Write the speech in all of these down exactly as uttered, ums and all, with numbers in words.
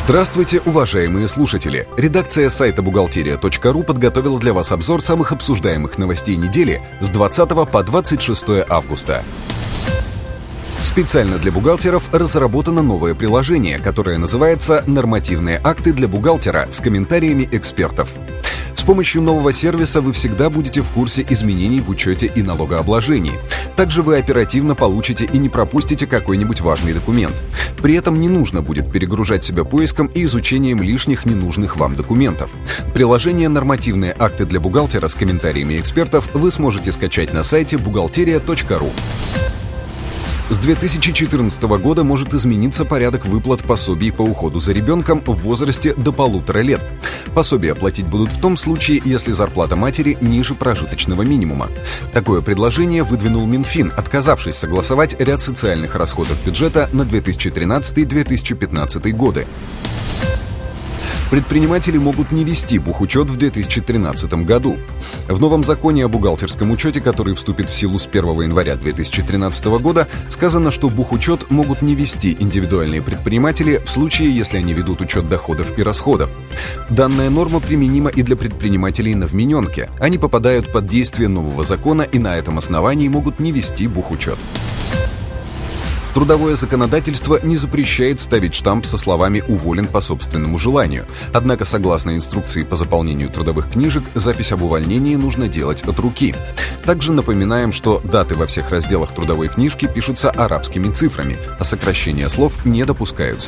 Здравствуйте, уважаемые слушатели! Редакция сайта бухгалтерия точка ру подготовила для вас обзор самых обсуждаемых новостей недели с двадцатого по двадцать шестое августа. Специально для бухгалтеров разработано новое приложение, которое называется «Нормативные акты для бухгалтера» с комментариями экспертов. С помощью нового сервиса вы всегда будете в курсе изменений в учете и налогообложении. Также вы оперативно получите и не пропустите какой-нибудь важный документ. При этом не нужно будет перегружать себя поиском и изучением лишних ненужных вам документов. Приложение «Нормативные акты для бухгалтера» с комментариями экспертов вы сможете скачать на сайте бухгалтерия точка ру. С две тысячи четырнадцатого года может измениться порядок выплат пособий по уходу за ребенком в возрасте до полутора лет. Пособия платить будут в том случае, если зарплата матери ниже прожиточного минимума. Такое предложение выдвинул Минфин, отказавшись согласовать ряд социальных расходов бюджета на две тысячи тринадцатый — две тысячи пятнадцатый годы. Предприниматели могут не вести бухучет в две тысячи тринадцатом году. В новом законе о бухгалтерском учете, который вступит в силу с первого января две тысячи тринадцатого года, сказано, что бухучет могут не вести индивидуальные предприниматели в случае, если они ведут учет доходов и расходов. Данная норма применима и для предпринимателей на вмененке. Они попадают под действие нового закона и на этом основании могут не вести бухучет. Трудовое законодательство не запрещает ставить штамп со словами «уволен по собственному желанию». Однако, согласно инструкции по заполнению трудовых книжек, запись об увольнении нужно делать от руки. Также напоминаем, что даты во всех разделах трудовой книжки пишутся арабскими цифрами, а сокращения слов не допускаются.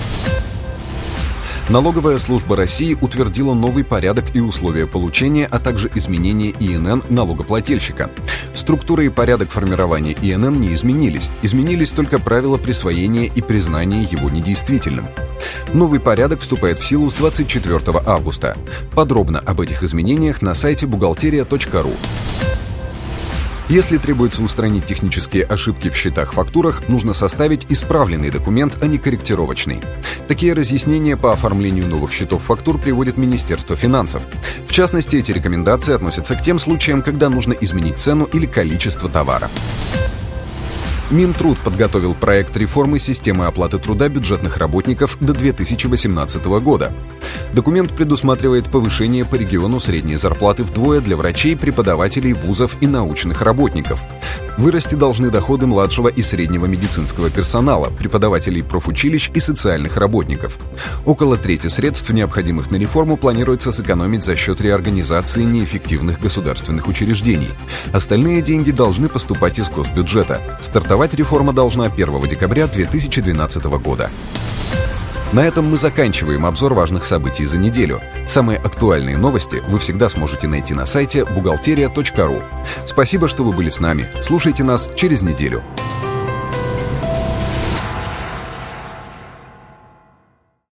Налоговая служба России утвердила новый порядок и условия получения, а также изменения И Н Н налогоплательщика. Структура и порядок формирования И Н Н не изменились. Изменились только правила присвоения и признания его недействительным. Новый порядок вступает в силу с двадцать четвёртого августа. Подробно об этих изменениях на сайте бухгалтерия точка ру. Если требуется устранить технические ошибки в счетах-фактурах, нужно составить исправленный документ, а не корректировочный. Такие разъяснения по оформлению новых счетов-фактур приводит Министерство финансов. В частности, эти рекомендации относятся к тем случаям, когда нужно изменить цену или количество товара. Минтруд подготовил проект реформы системы оплаты труда бюджетных работников до две тысячи восемнадцатого года. Документ предусматривает повышение по региону средней зарплаты вдвое для врачей, преподавателей вузов и научных работников. Вырасти должны доходы младшего и среднего медицинского персонала, преподавателей профучилищ и социальных работников. Около трети средств, необходимых на реформу, планируется сэкономить за счет реорганизации неэффективных государственных учреждений. Остальные деньги должны поступать из госбюджета. Стартовать реформа должна первого декабря две тысячи двенадцатого года. На этом мы заканчиваем обзор важных событий за неделю. Самые актуальные новости вы всегда сможете найти на сайте бухгалтерия точка ру. Спасибо, что вы были с нами. Слушайте нас через неделю.